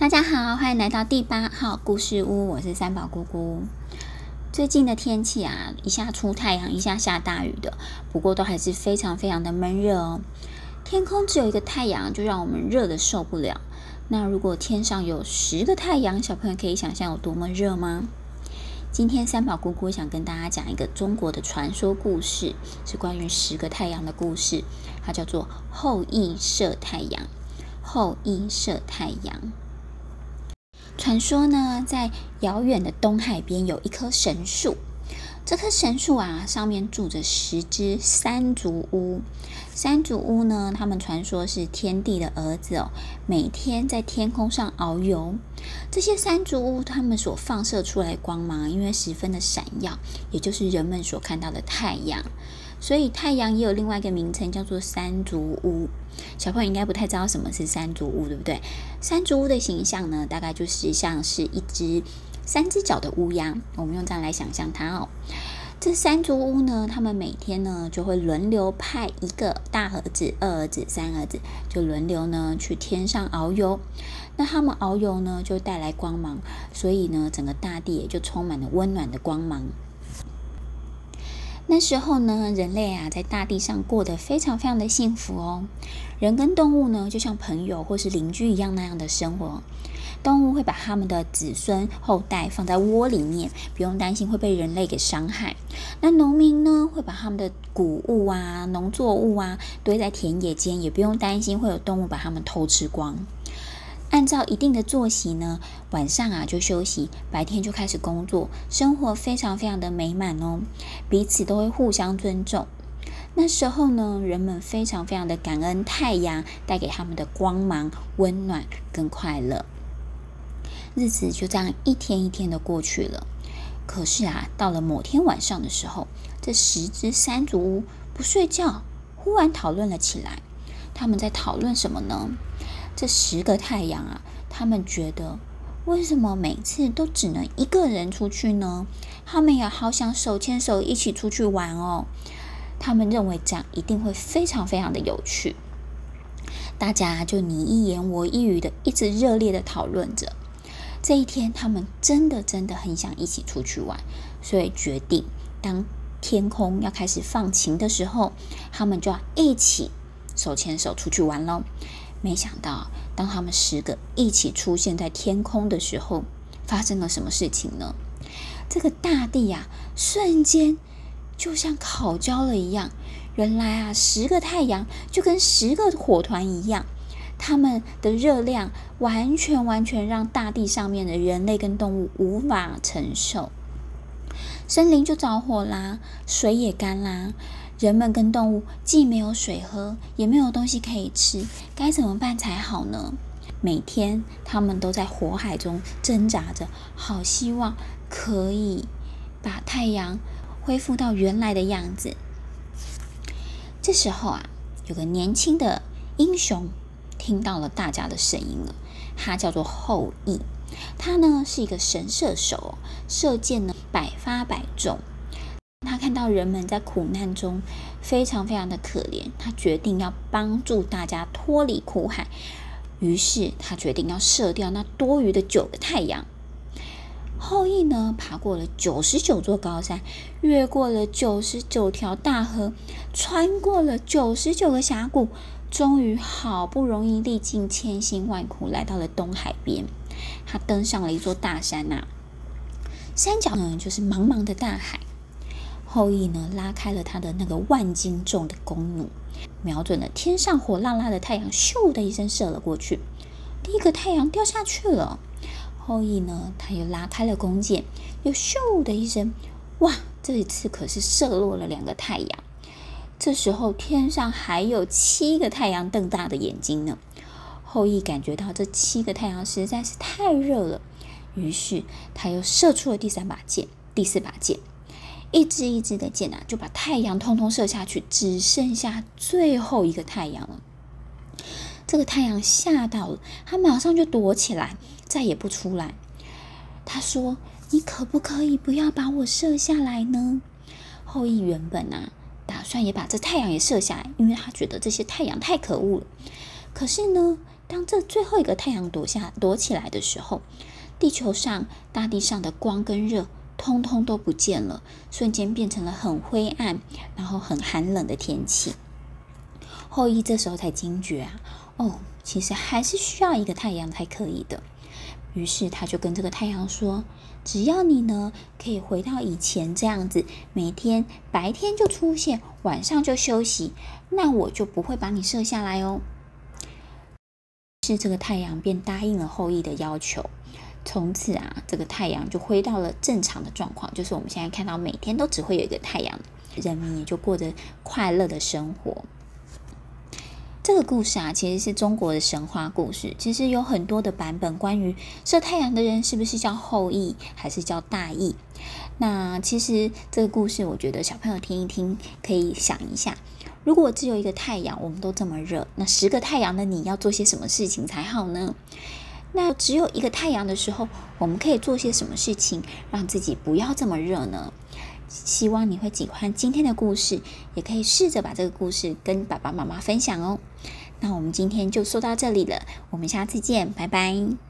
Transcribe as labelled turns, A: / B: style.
A: 大家好，欢迎来到第8号故事屋，我是三宝姑姑。最近的天气啊，一下出太阳，一下下大雨的，不过都还是非常非常的闷热哦。天空只有一个太阳，就让我们热的受不了。那如果天上有10个太阳，小朋友可以想象有多么热吗？今天三宝姑姑想跟大家讲一个中国的传说故事，是关于10个太阳的故事，它叫做后羿射太阳。后羿射太阳。传说呢，在遥远的东海边有一棵神树，这棵神树啊，上面住着10只三足乌。三足乌呢，他们传说是天帝的儿子哦，每天在天空上遨游。这些三足乌，他们所放射出来的光芒，因为十分的闪耀，也就是人们所看到的太阳。所以太阳也有另外一个名称，叫做三足乌。小朋友应该不太知道什么是三足乌，对不对？三足乌的形象呢，大概就是像是一只3只脚的乌鸦，我们用这样来想象它哦。这三足乌呢，他们每天呢就会轮流派一个大儿子、2儿子、3儿子，就轮流呢去天上遨游。那他们遨游呢，就带来光芒，所以呢，整个大地也就充满了温暖的光芒。那时候呢，人类啊在大地上过得非常非常的幸福哦。人跟动物呢，就像朋友或是邻居一样那样的生活。动物会把他们的子孙后代放在窝里面，不用担心会被人类给伤害。那农民呢，会把他们的谷物啊、农作物啊堆在田野间，也不用担心会有动物把它们偷吃光。按照一定的作息呢，晚上啊就休息，白天就开始工作，生活非常非常的美满哦，彼此都会互相尊重。那时候呢，人们非常非常的感恩太阳带给他们的光芒、温暖跟快乐。日子就这样一天一天的过去了。可是啊，到了某天晚上的时候，这10只三足乌不睡觉，忽然讨论了起来。他们在讨论什么呢？这10个太阳啊，他们觉得为什么每次都只能一个人出去呢？他们也好想手牵手一起出去玩哦。他们认为这样一定会非常非常的有趣。大家就你一言我一语的，一直热烈的讨论着。这一天，他们真的很想一起出去玩，所以决定当天空要开始放晴的时候，他们就要一起手牵手出去玩咯。没想到，当他们10个一起出现在天空的时候，发生了什么事情呢？这个大地啊，瞬间就像烤焦了一样。原来啊，10个太阳就跟10个火团一样，他们的热量完全让大地上面的人类跟动物无法承受。森林就着火啦，水也干啦，人们跟动物既没有水喝，也没有东西可以吃，该怎么办才好呢？每天他们都在火海中挣扎着，好希望可以把太阳恢复到原来的样子。这时候啊，有个年轻的英雄听到了大家的声音了，他叫做后羿。他呢是一个神射手，射箭呢百发百中。他看到人们在苦难中非常非常的可怜，他决定要帮助大家脱离苦海。于是他决定要射掉那多余的9个太阳。后羿呢，爬过了99座高山，越过了99条大河，穿过了99个峡谷，终于好不容易历尽千辛万苦，来到了东海边。他登上了一座大山啊，山脚呢就是茫茫的大海。后羿呢，拉开了他的那个万斤重的弓弩，瞄准了天上火辣辣的太阳，咻的一声射了过去。第一个太阳掉下去了。后羿呢，他又拉开了弓箭，又咻的一声，哇，这一次可是射落了2个太阳。这时候天上还有7个太阳瞪大的眼睛呢。后羿感觉到这7个太阳实在是太热了，于是他又射出了第3把箭、第4把箭，一支一支的箭啊，就把太阳通通射下去，只剩下最后一个太阳了。这个太阳吓到了，他马上就躲起来，再也不出来。他说：“你可不可以不要把我射下来呢？”后羿原本啊，打算也把这太阳也射下来，因为他觉得这些太阳太可恶了。可是呢， 当这最后一个太阳躲起来的时候，地球上、大地上的光跟热通通都不见了，瞬间变成了很灰暗，然后很寒冷的天气。后羿这时候才惊觉其实还是需要一个太阳才可以的。于是他就跟这个太阳说，只要你呢可以回到以前这样子，每天白天就出现，晚上就休息，那我就不会把你射下来哦。于是这个太阳便答应了后羿的要求。从此这个太阳就回到了正常的状况，就是我们现在看到每天都只会有一个太阳，人民也就过着快乐的生活。这个故事其实是中国的神话故事，其实有很多的版本，关于射太阳的人是不是叫后羿还是叫大羿。那其实这个故事我觉得小朋友听一听可以想一下，如果只有一个太阳我们都这么热，那10个太阳的你要做些什么事情才好呢？那只有一个太阳的时候，我们可以做些什么事情让自己不要这么热呢？希望你会喜欢今天的故事，也可以试着把这个故事跟爸爸妈妈分享哦。那我们今天就说到这里了，我们下次见，拜拜。